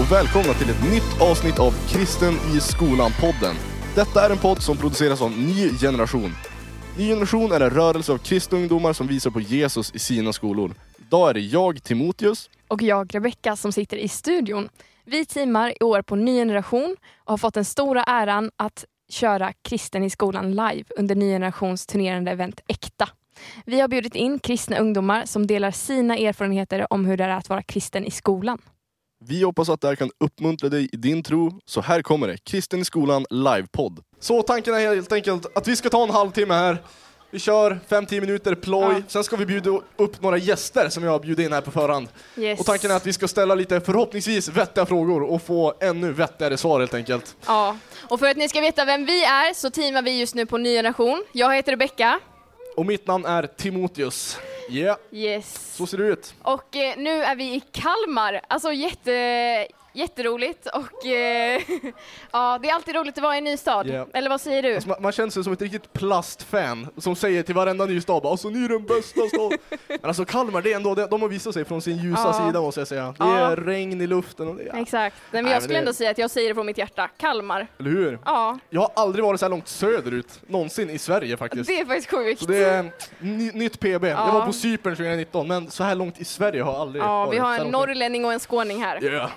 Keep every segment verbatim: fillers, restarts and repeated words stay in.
och välkomna till ett nytt avsnitt av Kristen i skolan-podden. Detta är en podd som produceras av Ny Generation. Ny Generation är en rörelse av kristna ungdomar som visar på Jesus i sina skolor. Idag är det jag, Timotheus. Och jag, Rebecca, som sitter i studion. Vi teamar i år på Ny Generation och har fått den stora äran att köra Kristen i skolan live under Ny Generations turnerande event Äkta. Vi har bjudit in kristna ungdomar som delar sina erfarenheter om hur det är att vara kristen i skolan. Vi hoppas att det här kan uppmuntra dig i din tro. Så här kommer det, Kristen i skolan live-podd. Så tanken är helt enkelt att vi ska ta en halvtimme här. Vi kör fem till tio minuter ploj. Ja. Sen ska vi bjuda upp några gäster som jag har bjudit in här på förhand. Yes. Och tanken är att vi ska ställa lite förhoppningsvis vettiga frågor och få ännu vettigare svar helt enkelt. Ja, och för att ni ska veta vem vi är så teamar vi just nu på Ny Generation. Jag heter Rebecca. Och mitt namn är Timotheus. Yeah. Yes. Så ser det ut. Och eh, nu är vi i Kalmar. Alltså jätte, jätteroligt. Och eh, ja, det är alltid roligt att vara i en ny stad. Yeah. Eller vad säger du? Alltså, man, man känns ju som ett riktigt plastfan som säger till varenda ny stad, alltså ni är den bästa stad. Men alltså Kalmar, det är ändå, de har visat sig från sin ljusa ja. sida måste jag säga. Det ja. är regn i luften. Och det, ja. Exakt. Men Nej, jag men skulle det... ändå säga att jag säger det från mitt hjärta. Kalmar. Eller hur? Ja. Jag har aldrig varit så här långt söderut någonsin i Sverige faktiskt. Det är faktiskt sjukt. Så det är ny, nytt P B. Ja. Jag var på Cypern tjugonitton, men så här långt i Sverige har jag aldrig ja, varit. vi har så en norrlänning och en skåning här. Yeah.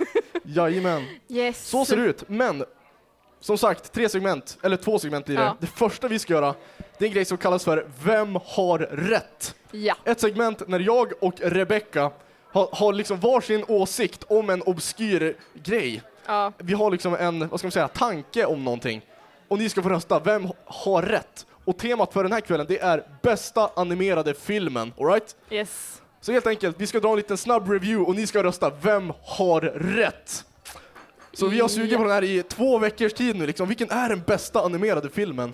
Jajamän. Yes. Så ser det ut. Men som sagt, tre segment, eller två segment blir det. Ja. Det första vi ska göra, det är en grej som kallas för Vem har rätt? Ja. Ett segment när jag och Rebecca har, har liksom varsin åsikt om en obskyr grej. Ja. Vi har liksom en, vad ska man säga, tanke om någonting. Och ni ska få rösta, vem har rätt? Och temat för den här kvällen, det är bästa animerade filmen, all right? Yes. Så helt enkelt, vi ska dra en liten snabb review och ni ska rösta, vem har rätt? Så vi har sugit på den här i två veckors tid nu, liksom. Vilken är den bästa animerade filmen?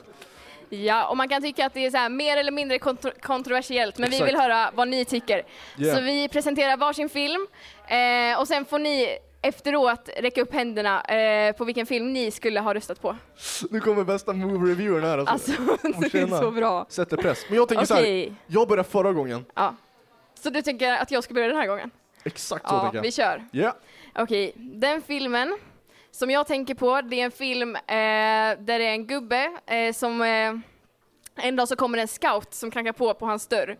Ja, och man kan tycka att det är så här mer eller mindre kontro- kontroversiellt, men Exakt. vi vill höra vad ni tycker. Yeah. Så vi presenterar varsin film eh, och sen får ni efteråt räcka upp händerna eh, på vilken film ni skulle ha röstat på. Nu kommer bästa movie-reviewern här. Alltså, det är så bra. Sätter press. Men jag tänker okay. så här, jag började förra gången. Ja. Så du tänker att jag ska börja den här gången? Exakt så ja, tänker jag. vi kör. Yeah. Okej, okay. Den filmen som jag tänker på, det är en film eh, där det är en gubbe eh, som eh, en dag så kommer en scout som knackar på på hans dörr.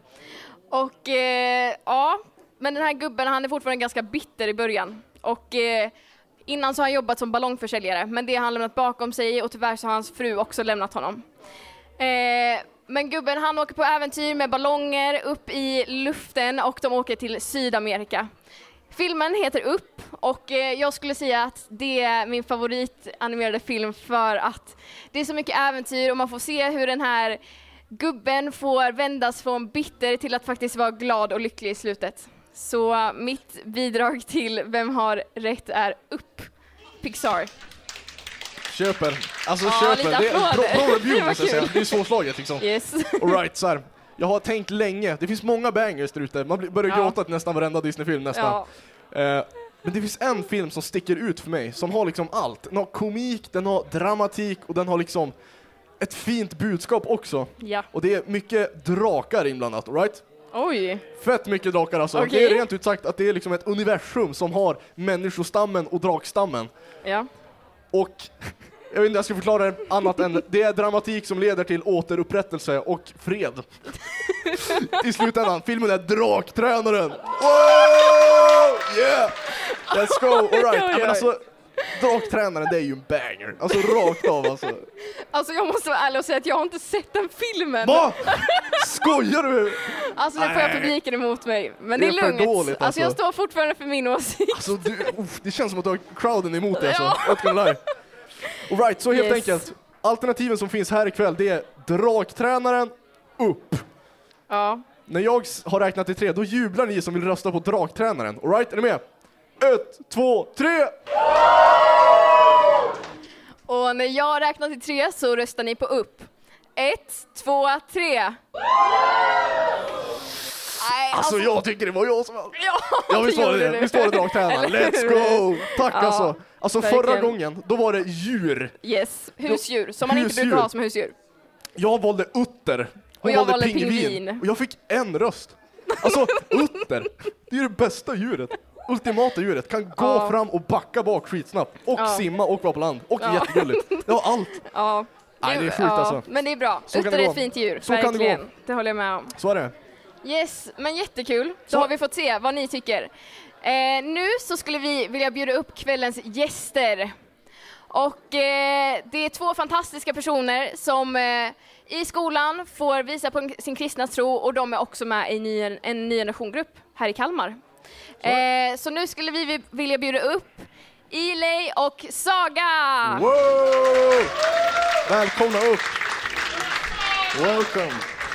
Och eh, ja, men den här gubben, han är fortfarande ganska bitter i början. Och eh, innan så har han jobbat som ballongförsäljare, men det har han lämnat bakom sig och tyvärr så har hans fru också lämnat honom. Eh, men gubben, han åker på äventyr med ballonger upp i luften och de åker till Sydamerika. Filmen heter Upp och eh, jag skulle säga att det är min favoritanimerade film för att det är så mycket äventyr och man får se hur den här gubben får vändas från bitter till att faktiskt vara glad och lycklig i slutet. Så mitt bidrag till Vem har rätt är Upp, Pixar. Köper. Alltså ja, köper. Det är en bra, bra review måste jag säga. Det är svårslaget liksom. Yes. All right, så här. Jag har tänkt länge. Det finns många bangers där ute. Man blir- börjar Ja. gråta till nästan varenda Disney-film nästan. Ja. Eh, men det finns en film som sticker ut för mig. Som har liksom allt. Den har komik, den har dramatik och den har liksom ett fint budskap också. Ja. Och det är mycket drakar inblandat, all right? Oj. Fett mycket drakar alltså. Okej. Det är rent ut sagt att det är liksom ett universum som har människostammen och drakstammen. Ja. Och jag vet inte, jag ska förklara det annat än det är dramatik som leder till återupprättelse och fred. I slutändan, filmen är Draktränaren. Wow! Yeah! Let's go! All right. Ja, men alltså, Draktränaren, det är ju en banger. Alltså rakt av alltså. Alltså jag måste vara ärlig och säga att jag har inte sett den filmen. Va? Skojar du? Alltså det får jag publiken emot mig. Men det är, Det är för lugnt. dåligt, alltså. alltså jag står fortfarande för min åsikt. Alltså du, uff, det känns som att du har crowden emot dig alltså. Ja. Not gonna lie. All right, så helt Yes. enkelt. Alternativen som finns här ikväll, det är Draktränaren, Upp. Ja. När jag s- har räknat till tre, då jublar ni som vill rösta på Draktränaren. All right, är ni med? Ett, två, tre! Och när jag räknar till tre så röstar ni på Upp. Ett, två, tre. Nej, Alltså jag tycker det var jag som... Ja, Ja, visst var det det. Visst var det Draktränaren. Eller Let's hur? go! Tack Ja, alltså. Alltså förra verkligen. gången, då var det djur. Yes, husdjur. Som man inte Husdjur. brukar ha som husdjur. Jag valde utter. Hon Och jag valde pingvin. Och jag fick en röst. Alltså, utter. Det är det bästa djuret. ultimata djuret. Kan gå Ja. fram och backa bak skitsnabbt. Och Ja. simma och vara på land. Och Ja. jättegulligt. Det var allt. Ja. Nej, det är sjukt ja, alltså. Men det är bra. Så kan Utter det är gå. ett fint djur, Så kan det verkligen. gå. Det håller jag med om. Så är det. Yes, men jättekul. Då Så. har vi fått se vad ni tycker. Eh, nu så skulle vi vilja bjuda upp kvällens gäster. Och eh, det är två fantastiska personer som eh, i skolan får visa på sin kristna tro, och de är också med i ny, en ny generationgrupp här i Kalmar. Så, eh, så nu skulle vi vilja bjuda upp Eli och Saga! Wow! Välkomna upp! Welcome!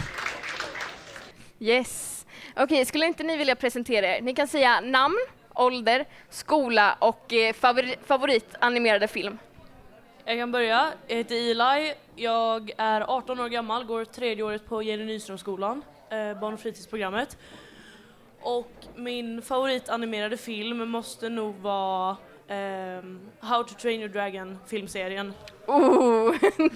Yes. Okej, skulle inte ni vilja presentera er? Ni kan säga namn, ålder, skola och eh, favori- favoritanimerade film. Jag kan börja. Jag heter Eli. Jag är arton år gammal, går tredje året på Jenny Nyströmskolan, eh, barn- och fritidsprogrammet. Och min favoritanimerade film måste nog vara ehm, How to Train Your Dragon filmserien. Oh,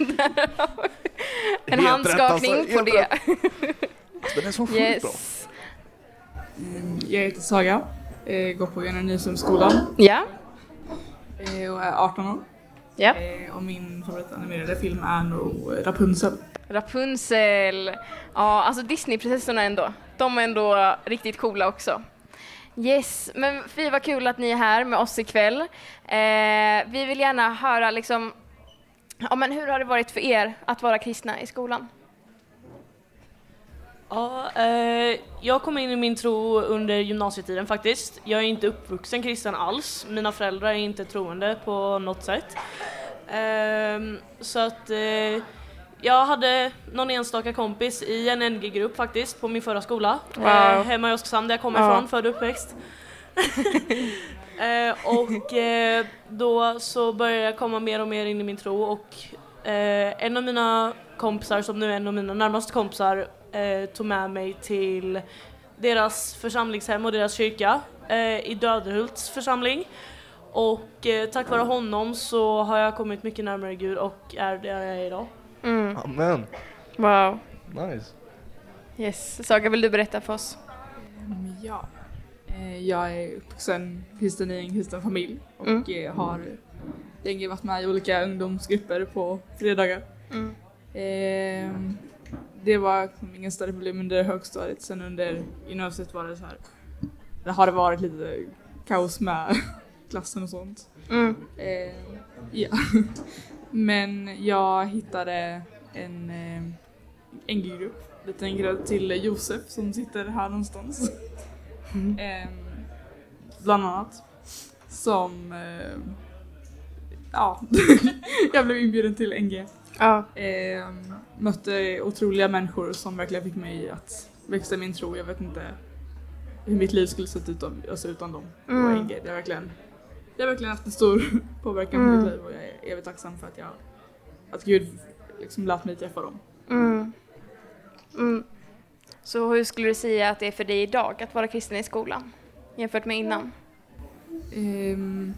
en Helt handskakning rätt, alltså. på Helt det. Den är så sjukt bra. Yes. Jag heter Saga, eh, går på Jenny Nyströmskolan Ja. eh, och är arton år. Ja. Eh, och min favoritanimerade film är nog Rapunzel. Rapunzel. Ja, alltså Disney-prinsessorna ändå. De är ändå riktigt coola också. Yes, men fy vad kul att ni är här med oss ikväll. Eh, vi vill gärna höra liksom, ja, men hur har det varit för er att vara kristna i skolan? Ja, eh, jag kom in i min tro under gymnasietiden faktiskt. Jag är inte uppvuxen kristen alls. Mina föräldrar är inte troende på något sätt. Eh, så att eh, jag hade någon enstaka kompis i en N G-grupp faktiskt på min förra skola. Wow. Eh, hemma i Oskarshamn där jag kommer Ja. ifrån, född och uppväxt. eh, och eh, då så började jag komma mer och mer in i min tro, och eh, en av mina kompisar, som nu är en av mina närmaste kompisar, eh, tog med mig till deras församlingshem och deras kyrka eh, i Döderhults församling. Och eh, tack vare honom så har jag kommit mycket närmare Gud och är där jag är idag. Mm. Amen. Wow. Nice. Yes. Saga, vill du berätta för oss? Mm, ja. Eh, jag är uppvuxen kristen i en kristen familj och Mm. eh, har länge varit med i olika ungdomsgrupper på fredagar. Mm. Eh, det var liksom ingen större problem under högstadiet. Sen under gymnasiet var det så här. Det har det varit lite kaos med klassen och sånt. Mm. Eh, ja. Men jag hittade en eh, N G-grupp, liten grupp till Josef som sitter här någonstans. Mm. Eh, bland annat. Som eh, ja, jag blev inbjuden till N G. Ja. Eh, mötte otroliga människor som verkligen fick mig att växa i min tro. Jag vet inte hur mitt liv skulle sett ut om, alltså utan dem. Mm. Och N G, det har verkligen, det har verkligen haft en stor påverkan Mm. på mitt liv, och jag är evigt tacksam för att jag att Gud liksom lät mig träffa dem. Mm. Mm. Så hur skulle du säga att det är för dig idag att vara kristen i skolan jämfört med innan? Ehm,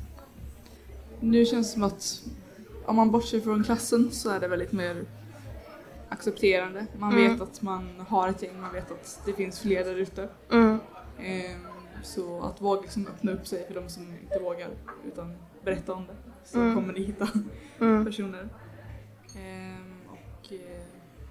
nu känns det som att om man bortser från klassen så är det väldigt mer accepterande. Man Mm. vet att man har ett gäng, man vet att det finns fler där ute. Mm. Ehm, så att våga liksom öppna upp sig för de som inte vågar utan berätta om det, så Mm. kommer ni hitta Mm. personer. Ehm, och eh,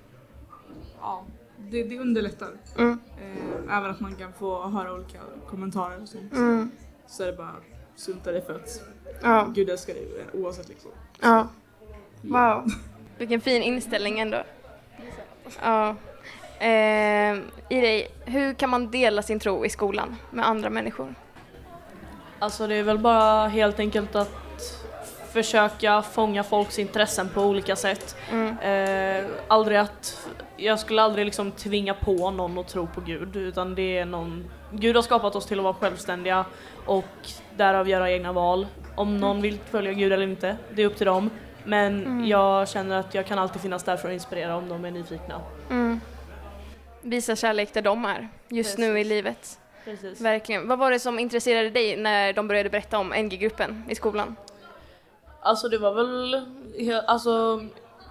ja, det, det underlättar. Mm. Ehm, även att man kan få höra olika kommentarer och sånt. Mm. Så är det bara sunta dig för att Ja. Gud älskar dig oavsett liksom. Ja. Wow. Vilken fin inställning ändå. Ja. Eh, i dig, hur kan man dela sin tro i skolan med andra människor? Alltså det är väl bara helt enkelt att försöka fånga folks intressen på olika sätt. Mm. Eh, aldrig att, jag skulle aldrig liksom tvinga på någon att tro på Gud, utan det är någon, Gud har skapat oss till att vara självständiga och därav göra egna val. Om någon vill följa Gud eller inte, det är upp till dem. Men Mm. jag känner att jag kan alltid finnas där för att inspirera om de är nyfikna. Mm. Visa kärlek där de är just nu i livet. Precis. Verkligen. Vad var det som intresserade dig när de började berätta om N G-gruppen i skolan? Alltså det var väl, alltså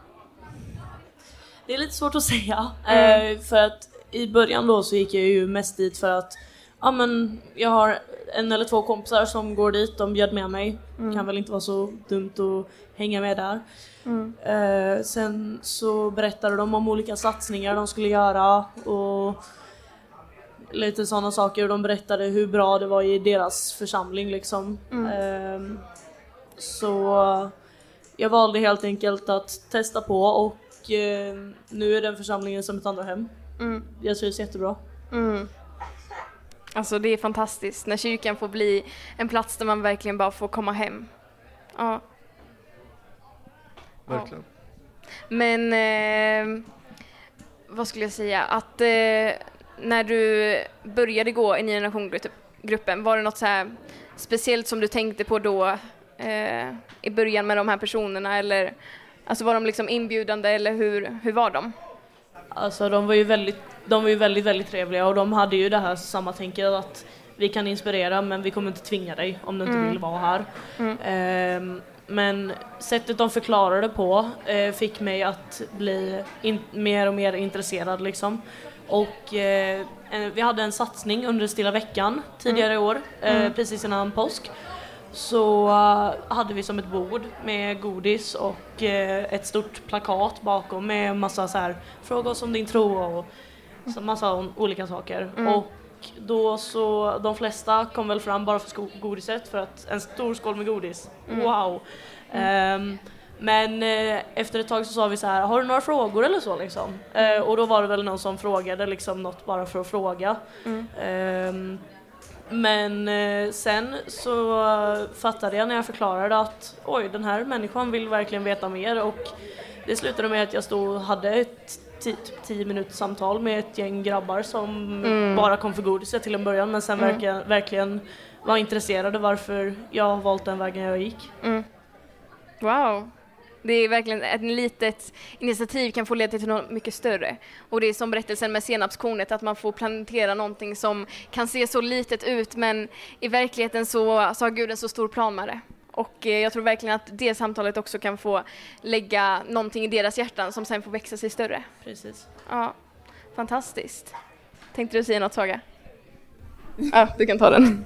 det är lite svårt att säga. Mm. Eh, för att i början då så gick jag ju mest dit för att ja men jag har en eller två kompisar som går dit, de bjöd med mig. Mm. Kan väl inte vara så dumt att hänga med där. Mm. Eh, sen så berättade de om olika satsningar de skulle göra och lite sådana saker. De berättade hur bra det var i deras församling liksom. Mm. Eh, så jag valde helt enkelt att testa på och eh, nu är den församlingen som ett andra hem. Mm. Jag trivs jättebra. Mm. Alltså det är fantastiskt när kyrkan får bli en plats där man verkligen bara får komma hem. Ja. Verkligen. Men eh, vad skulle jag säga? Att eh, när du började gå i Ny Generation-gruppen, var det något så här speciellt som du tänkte på då eh, i början med de här personerna? Eller alltså var de liksom inbjudande eller hur, hur var de? Alltså de var ju väldigt, de var ju väldigt, väldigt trevliga och de hade ju det här samma tänket att vi kan inspirera men vi kommer inte tvinga dig om du inte Mm. vill vara här. Mm. Ehm, men sättet de förklarade på eh, fick mig att bli in, mer och mer intresserad liksom. Och eh, en, vi hade en satsning under Stilla veckan tidigare i år, eh, Mm. precis innan påsk. Så uh, hade vi som ett bord med godis och uh, ett stort plakat bakom med massa så här fråga oss om din tro och så massa on- olika saker. Mm. Och då så de flesta kom väl fram bara för sko- godiset för att en stor skål med godis. Mm. Wow. Ehm, men uh, efter ett tag så sa vi så här, har du några frågor eller så liksom? Uh, och då var det väl någon som frågade liksom något bara för att fråga. Mm. Ehm, Men eh, sen så eh, fattade jag när jag förklarade att oj, den här människan vill verkligen veta mer och det slutade med att jag stod och hade ett t- typ tio minuters samtal med ett gäng grabbar som Mm. bara kom för godiset till en början men sen Mm. verkligen, verkligen var intresserade varför jag har valt den vägen jag gick. Mm. Wow. Det är verkligen ett litet initiativ kan få leda till något mycket större. Och det är som berättelsen med senapskornet att man får plantera någonting som kan se så litet ut men i verkligheten så, så har Gud en så stor plan med det. Och eh, jag tror verkligen att det samtalet också kan få lägga någonting i deras hjärtan som sen får växa sig större. Precis. Ja, fantastiskt. Tänkte du säga något, Saga? Ja, du kan ta den.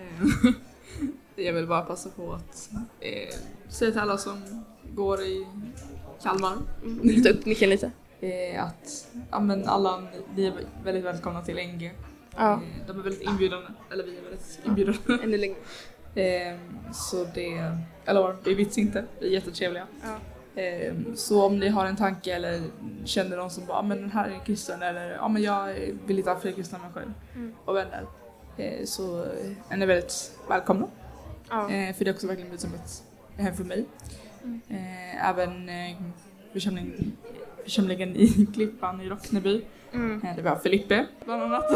Jag vill bara passa på att eh, säga till alla som går i Kalmar Lyfta upp micken lite. eh, att ja, men alla ni är väldigt välkomna till N G. Ja. Eh, de är väldigt inbjudande, eller vi är väldigt inbjudande. Ännu längre. eh, så det, eller det är vits inte, vi är jättetrevliga. Ja. Eh, så om ni har en tanke eller känner någon som bara, men den här är kristen eller ja men jag vill inte ha fler kristna mig själv Mm. och vänner. Eh, så är ni väldigt välkomna. Ja. Eh, för det är också verkligen blivit som ett hem för mig. Mm. Eh, även eh, församling, församlingen i Klippan i Rockneby. Mm. Eh, det var Filippe bland annat.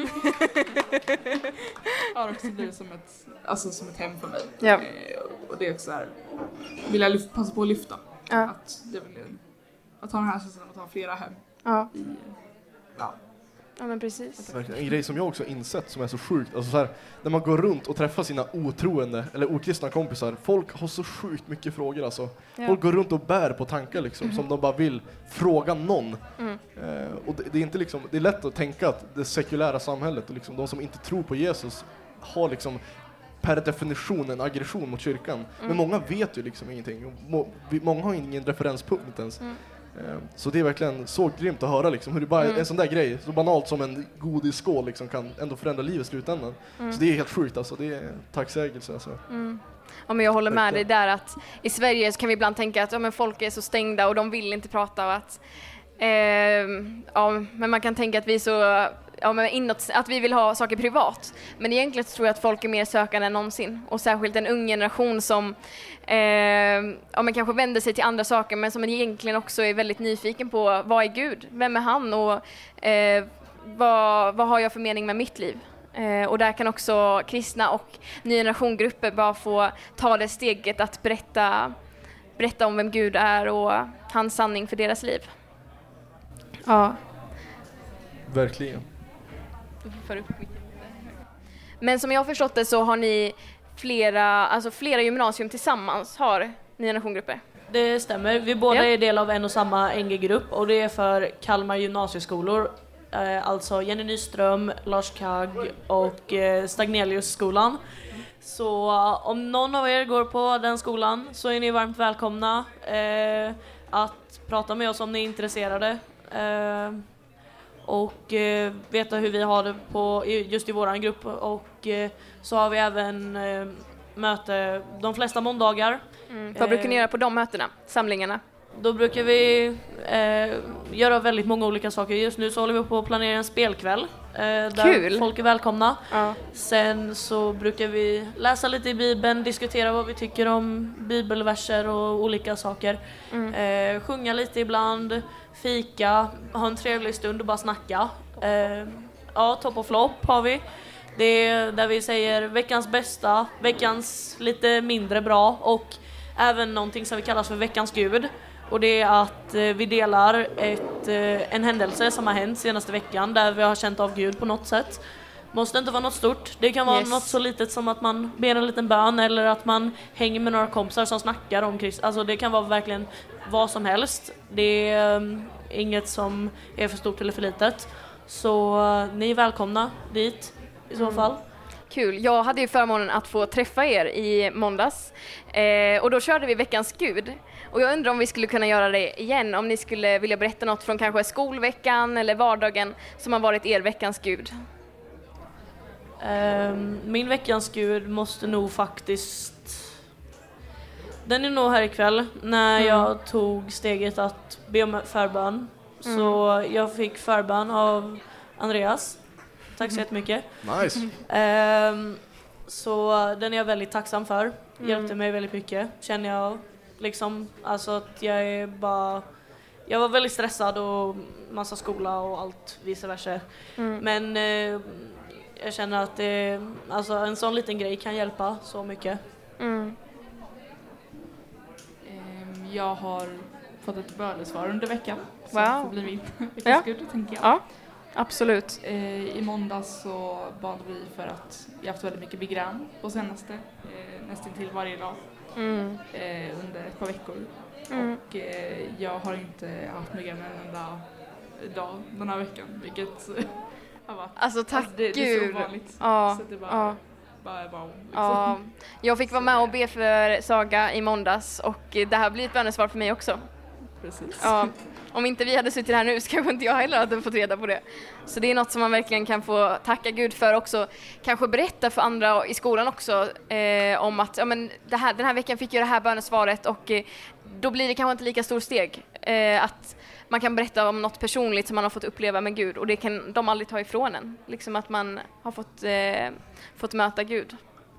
Har också blivit som ett, alltså som ett hem för mig. Ja. Eh, och det är också så här, vill jag lyf- passa på att lyfta. Ja. Att, det vill, att ha den här känslan att ha flera hem. Ja. I, ja. Ja, men precis. Verkligen. En grej som jag också har insett som är så sjukt, alltså så här, när man går runt och träffar sina otroende eller okristna kompisar, folk har så sjukt mycket frågor alltså. Ja. Folk går runt och bär på tankar liksom, Mhm. som de bara vill fråga någon. Mm. Eh, och det, det är inte liksom, det är lätt att tänka att det sekulära samhället och liksom de som inte tror på Jesus har liksom per definition en aggression mot kyrkan. Mm. Men många vet ju liksom ingenting. Och må, vi, många har ingen referenspunkt ens. Mm. Eh, så det är verkligen så grymt att höra liksom, hur det bara Mm. en sån där grej, så banalt som en godisskål liksom, kan ändå förändra livet i slutändan. Mm. Så det är helt sjukt alltså, det är tacksägelse alltså. Mm. Ja, men jag håller med dig Verkligen. där att i Sverige så kan vi ibland tänka att ja, men folk är så stängda och de vill inte prata och att eh, ja, men man kan tänka att vi är så ja, men inåt, att vi vill ha saker privat. Men egentligen tror jag att folk är mer sökande än någonsin och särskilt en ung generation som eh, ja, men kanske vänder sig till andra saker men som egentligen också är väldigt nyfiken på vad är Gud? Vem är han? Och eh, vad, vad har jag för mening med mitt liv? Eh, och där kan också kristna och ny generationsgrupper bara få ta det steget att berätta, berätta om vem Gud är och hans sanning för deras liv. Ja. Verkligen. Men som jag har förstått det så har ni flera, alltså flera gymnasium tillsammans har ny generationsgrupper. Det stämmer. Vi båda Ja. är del av en och samma N G-grupp och det är för Kalmar gymnasieskolor eh, alltså Jenny Nyström, Lars Kagg och eh, Stagnelius-skolan. Så uh, om någon av er går på den skolan så är ni varmt välkomna eh, att prata med oss om ni är intresserade. Eh, och eh, veta hur vi har det på, just i våran grupp. Och eh, så har vi även eh, möte de flesta måndagar. Mm. Vad brukar ni göra på de mötena, samlingarna? Då brukar vi eh, göra väldigt många olika saker. Just nu så håller vi på att planera en spelkväll eh, där Kul. folk är välkomna. Ja. Sen så brukar vi läsa lite i Bibeln, diskutera vad vi tycker om bibelverser och olika saker. Mm. Eh, sjunga lite ibland, fika, ha en trevlig stund och bara snacka. Eh, ja, topp och flopp har vi. Det är där vi säger veckans bästa, veckans lite mindre bra och även någonting som vi kallar för veckans gud. Och det är att eh, vi delar ett, eh, en händelse som har hänt senaste veckan där vi har känt av Gud på något sätt. Måste inte vara något stort. Det kan vara Yes. något så litet som att man ber en liten bön eller att man hänger med några kompisar som snackar om Kristus. Alltså det kan vara verkligen vad som helst. Det är eh, inget som är för stort eller för litet. Så eh, ni är välkomna dit i så fall. Kul. Jag hade ju förmånen att få träffa er i måndags eh, och då körde vi veckans gud. Och jag undrar om vi skulle kunna göra det igen, om ni skulle vilja berätta något från kanske skolveckan eller vardagen som har varit er veckans gud. Um, min veckans gud måste nog faktiskt... Den är nog här ikväll när Mm. jag tog steget att be om förbön. Mm. Så jag fick förbön av Andreas. Tack så jättemycket. Nice. Um, så den är jag väldigt tacksam för. Mm. Hjälpte mig väldigt mycket. Känner jag liksom, alltså att jag är bara... Jag var väldigt stressad och massa skola och allt vice versa. Mm. Men eh, jag känner att det, alltså en sån liten grej kan hjälpa så mycket. Mm. Ehm, Jag har fått ett bönesvar under veckan. Som Wow. får bli min Ja. veckans gud, tänker jag. Ja, absolut. Eh, I måndags så bad vi för att jag haft väldigt mycket migrän på senaste. Eh, nästan till varje dag Mm. eh, under ett par veckor. Mm. Och eh, jag har inte haft migrän en enda dag den här veckan. Vilket har varit... Alltså tack Alltså, det, det är Gud. så vanligt. Ja, Så det är bara, ja. bara wow. Liksom. Ja, jag fick vara med och be för Saga i måndags och det här blir ett bönesvar för mig också. Precis. Ja, om inte vi hade suttit här nu så kanske inte jag heller hade fått reda på det. Så det är något som man verkligen kan få tacka Gud för också. Kanske berätta för andra i skolan också eh, om att ja, men det här, den här veckan fick jag det här bönesvaret och eh, då blir det kanske inte lika stor steg. Eh, att man kan berätta om något personligt som man har fått uppleva med Gud och det kan de aldrig ta ifrån en. Liksom att man har fått, eh, fått möta Gud.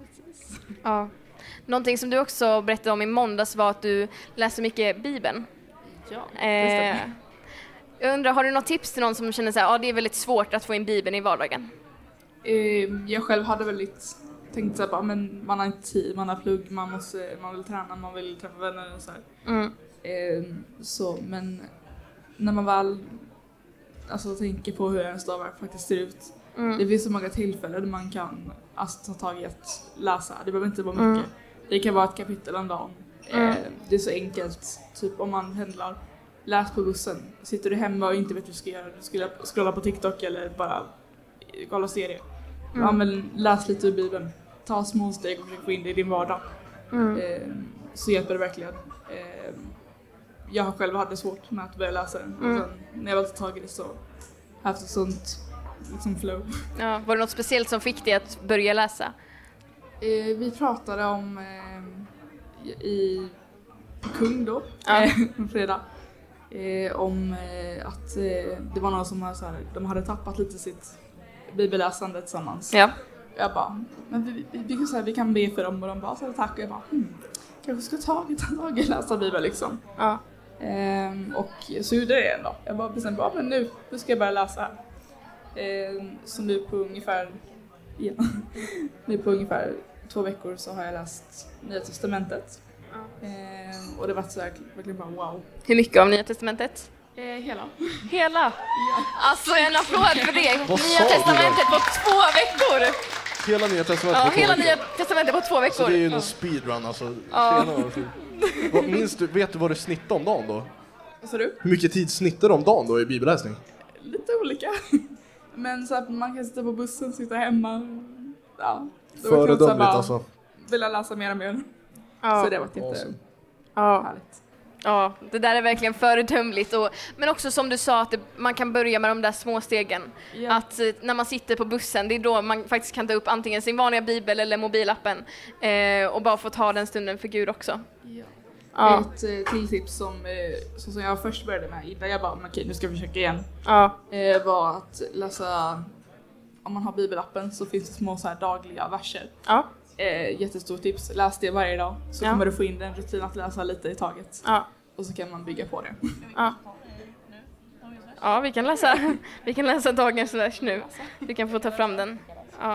Ja. Någonting som du också berättade om i måndags var att du läser mycket Bibeln. Ja, det Eh, stämmer. jag undrar, har du något tips till någon som känner så här, ja det är väldigt svårt att få in Bibeln i vardagen? Eh, jag själv hade väldigt tänkt så här, bara, men man har inte tid, man har plugg, man måste, man vill träna, man vill träffa vänner och så här. Mm. Eh, så, men när man väl alltså, tänker på hur ens dag faktiskt ser ut. Mm. Det finns så många tillfällen där man kan alltså, ta tag i att läsa. Det behöver inte vara mycket. Mm. Det kan vara ett kapitel om dagen. Mm. Eh, det är så enkelt. Typ om man pendlar. Läs på bussen. Sitter du hemma och inte vet vad du ska göra. Du ska scrolla på TikTok eller bara kolla serier. Mm. Ja, men läs lite ur Bibeln. Ta små steg och försök få in det i din vardag. Mm. Eh, så hjälper det verkligen. Eh, jag har själv hade svårt med att börja läsa den. Mm. Och sen när jag väl tog tag i det så har jag haft ett sånt liksom flow. Ja, var det något speciellt som fick dig att börja läsa? Eh, vi pratade om eh, i på Kung då, Ja. eh, en fredag. Eh, om eh, att eh, det var någon som hade, så här, de hade tappat lite sitt bibelläsande tillsammans. Ja. Jag bara, men vi, vi, vi, kan, så här, vi kan be för dem och de bara, så tack. Och jag bara, hmm, kanske ska ta ta tag i läsa bibeln liksom. Ja. Ehm, och så gjorde jag det ändå. Jag bara bestämde bara, men nu, nu ska jag börja läsa här. Ehm, så nu på ungefär, ja, nu på ungefär två veckor så har jag läst Nya Testamentet. Ehm, och det var så här, verkligen bara wow. Hur mycket av Nya Testamentet? Eh, hela. Hela? Ja. Alltså en applåd för det. Vad Nya sa du då? Testamentet på två veckor! Hela Nya Testamentet Ja, på två hela veckor. Nya Testamentet på två Så veckor. det är ju en speedrun alltså. Ja. Tjena, alltså. Vad, minns du, vet du vad du snittar om dagen då? Vad sa du? Hur mycket tid snittar du om dagen då i bibelläsning? Lite olika. Men så att man kan sitta på bussen, sitta hemma. Ja. Föredömligt alltså. Vill jag läsa mer och mer. Ja. Så det var jätte Awesome. Ja. härligt. Ja, det där är verkligen föredömligt. Och, men också som du sa, att det, man kan börja med de där små stegen. Ja. Att eh, när man sitter på bussen, det är då man faktiskt kan ta upp antingen sin vanliga bibel eller mobilappen. Eh, och bara få ta den stunden för Gud också. Ja. Ja. Ett eh, till tips som, eh, så som jag först började med innan jag bara, men okej nu ska vi försöka igen. Ja. Eh, var att läsa, om man har bibelappen så finns det små så här dagliga verser. Ja. Eh, jättestort tips, läs det varje dag så Ja. kommer du få in den rutin att läsa lite i taget. Ja. Och så kan man bygga på det. Ja. Ja, vi kan läsa, vi kan läsa dagens vers nu. Du kan få ta fram den. Ja.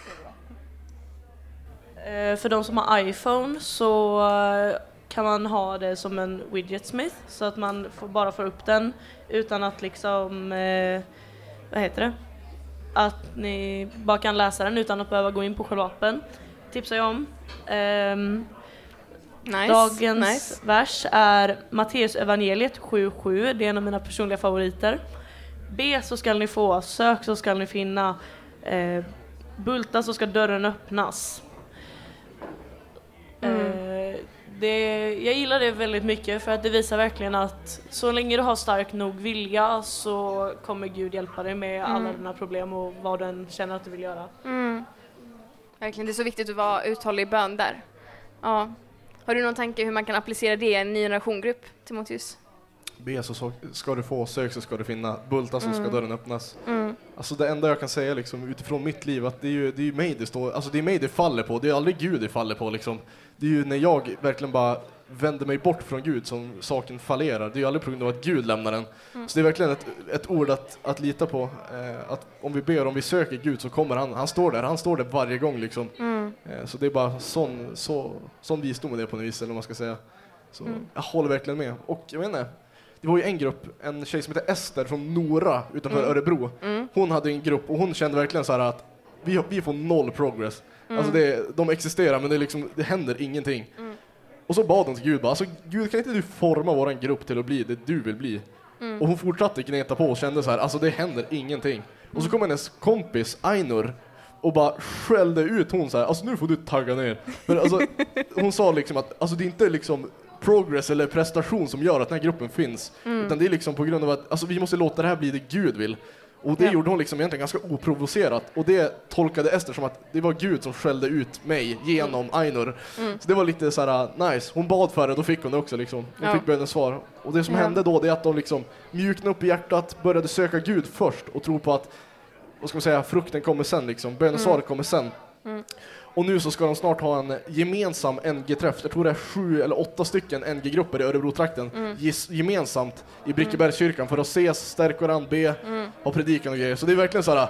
Eh, För de som har iPhone så eh, kan man ha det som en widget smith så att man får, bara får upp den utan att liksom, eh, vad heter det? Att ni bara kan läsa den utan att behöva gå in på själva appen. Tipsar jag om. Ehm, Nice. Dagens nice. vers är Matteus evangeliet sju sju. Det är en av mina personliga favoriter. Be så ska ni få, sök så ska ni finna, eh, bulta så ska dörren öppnas. Mm. Eh, det, jag gillar det väldigt mycket för att det visar verkligen att så länge du har stark nog vilja så kommer Gud hjälpa dig med alla Mm. dina problem och vad den känner att du vill göra. Mm. Verkligen, det är så viktigt att vara uthållig i bön där. Ja. Har du någon tanke hur man kan applicera det i en ny generationgrupp, Timoteus? Be så ska du få, sök så ska du finna, bulta så ska Mm. dörren öppnas. Mm. Alltså det enda jag kan säga liksom, utifrån mitt liv, att det är ju, det är ju mig det står, alltså det är mig det faller på, det är aldrig Gud det faller på liksom. Det är ju när jag verkligen bara vänder mig bort från Gud som saken fallerar. Det är ju aldrig på grund av att Gud lämnar den. Mm. Så det är verkligen ett, ett ord att, att lita på. Eh, att om vi ber, om vi söker Gud så kommer han, han står där, han står där varje gång liksom. Mm. Eh, så det är bara sån, så, sån visdom är det på något vis, eller vad man ska säga. Så Mm. jag håller verkligen med. Och jag vet inte, det var ju en grupp, en tjej som heter Ester från Nora utanför Mm. Örebro. Mm. Hon hade en grupp och hon kände verkligen så här att vi, vi får noll progress. Mm. Alltså det, de existerar men det, är liksom, det händer ingenting. Mm. Och så bad hon till Gud bara, alltså Gud kan inte du forma våran grupp till att bli det du vill bli? Mm. Och hon fortsatte gneta på och kände så här, alltså det händer ingenting. Och så kom hennes kompis Ainur och bara skällde ut hon så här, alltså nu får du tagga ner. För alltså, hon sa liksom att alltså det är inte liksom progress eller prestation som gör att den här gruppen finns. Mm. Utan det är liksom på grund av att alltså, vi måste låta det här bli det Gud vill. Och det Ja. gjorde hon liksom egentligen ganska oprovocerat. Och det tolkade Ester som att det var Gud som skällde ut mig genom Ainur. Mm. Så det var lite så här nice. Hon bad för det, då fick hon det också liksom. Hon Ja. fick bönens svar. Och det som Ja. hände då, det är att de liksom mjuknade upp i hjärtat, började söka Gud först och tro på att, vad ska man säga, frukten kommer sen liksom. Bönesvaret Mm. kommer sen. Mm. Och nu så ska de snart ha en gemensam N G-träff. Jag tror det är sju eller åtta stycken N G-grupper i Örebro-trakten Mm. ges- gemensamt i Brickebergskyrkan för att ses, stärka varandra, be Mm. och predikan och grejer. Så det är verkligen så här: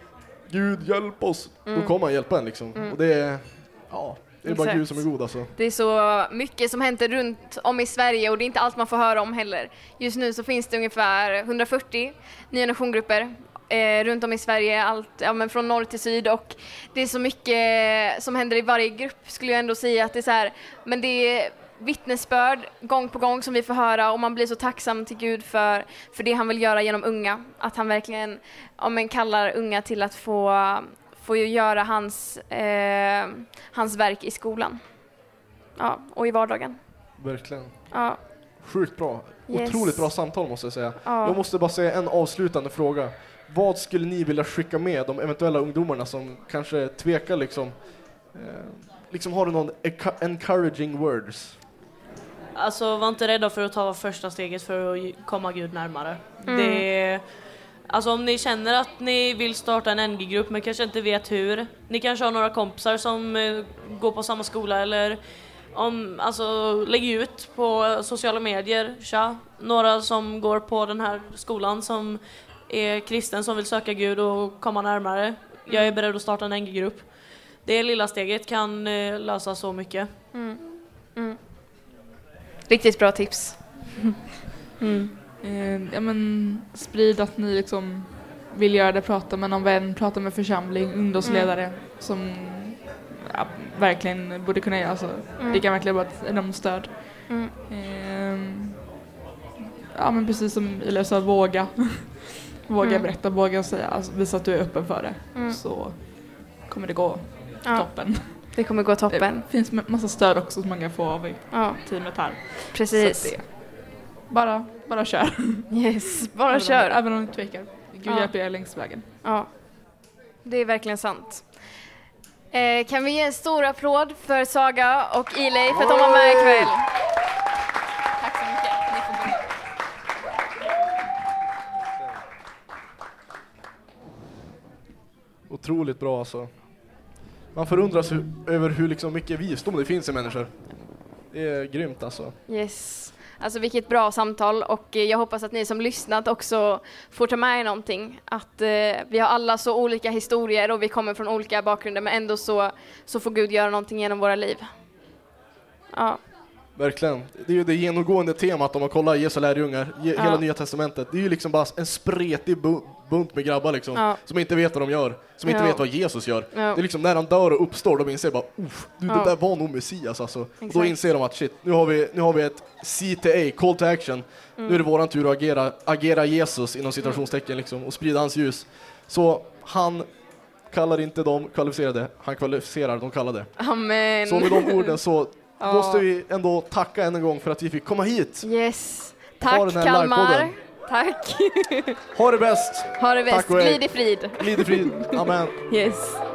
Gud hjälp oss. Mm. Då kommer han hjälpa en liksom. Mm. Och det är, ja, det är bara Exakt. Gud som är god alltså. Det är så mycket som händer runt om i Sverige och det är inte allt man får höra om heller. Just nu så finns det ungefär hundrafyrtio nya nationgruppen eh, runt om i Sverige, allt, ja, men från norr till syd, och det är så mycket som händer i varje grupp, skulle jag ändå säga att det är så här, men det är vittnesbörd gång på gång som vi får höra och man blir så tacksam till Gud för, för det han vill göra genom unga, att han verkligen, ja, men kallar unga till att få får ju göra hans, eh, hans verk i skolan. Ja, och i vardagen. Verkligen. Ja, Sjukt bra. Yes. Otroligt bra samtal måste jag säga. ja. Jag måste bara säga en avslutande fråga. Vad skulle ni vilja skicka med de eventuella ungdomarna som kanske tvekar liksom? Eh, liksom har du någon enc- encouraging words? Alltså var inte rädda för att ta första steget för att komma Gud närmare. Mm. Det, alltså om ni känner att ni vill starta en N G-grupp men kanske inte vet hur. Ni kanske har några kompisar som eh, går på samma skola eller om, alltså, lägg ut på sociala medier. Tja, några som går på den här skolan som är kristen som vill söka Gud och komma närmare. Jag är beredd att starta en N G-grupp. Det lilla steget kan eh, lösa så mycket. Mm. Mm. Riktigt bra tips. Mm. Eh, ja, men sprid att ni liksom vill göra det, prata med någon vän, prata med församling, ungdomsledare Mm. som ja, verkligen borde kunna göra så. Mm. Det kan verkligen vara ett enormt stöd. Mm. Eh, ja men precis som Ila sa, våga. Våga Mm. berätta, våga säga, alltså, visa att du är öppen för det. Mm. Så kommer det gå Ja. toppen. Det kommer gå toppen. Det finns massa stöd också som man kan få av i Ja, teamet här. precis. Så det, bara, bara kör. Yes, bara även kör. Om, även om du tvekar. Gud Ja. hjälper er längs vägen. Ja, det är verkligen sant. Eh, kan vi ge en stor applåd för Saga och Ilay för att de var med ikväll? Tack så mycket. Ni får börja. Otroligt bra alltså. Man förundras hu- över hur liksom mycket visdom det finns i människor. Det är grymt alltså. Yes. Alltså vilket bra samtal, och eh, jag hoppas att ni som lyssnat också får ta med er någonting. Att eh, vi har alla så olika historier och vi kommer från olika bakgrunder, men ändå så, så får Gud göra någonting genom våra liv. Ja, Verkligen. Det är ju det genomgående temat om man kollar Jesu lärjungar, ge- Ja. hela Nya Testamentet. Det är ju liksom bara en spretig bu- bunt med grabbar liksom, Ja. som inte vet vad de gör, som inte Ja. vet vad Jesus gör. Ja. Det är liksom när han dör och uppstår, de inser bara, uff, du, det Ja. där var nog Messias alltså. Och då Exakt. inser de att shit, nu har vi, nu har vi ett C T A, call to action. Mm. Nu är det våran tur att agera, agera Jesus inom citationstecken liksom, och sprida hans ljus. Så han kallar inte de kvalificerade, han kvalificerar de kallade. amen. Så med de orden så Ja. måste vi ändå tacka än en gång för att vi fick komma hit. Yes. Ha Tack den här Kalmar. livepodden. Tack. Ha det bäst! Ha det bäst. Tack och hej. Glid i frid. Glid i frid. Amen. Yes.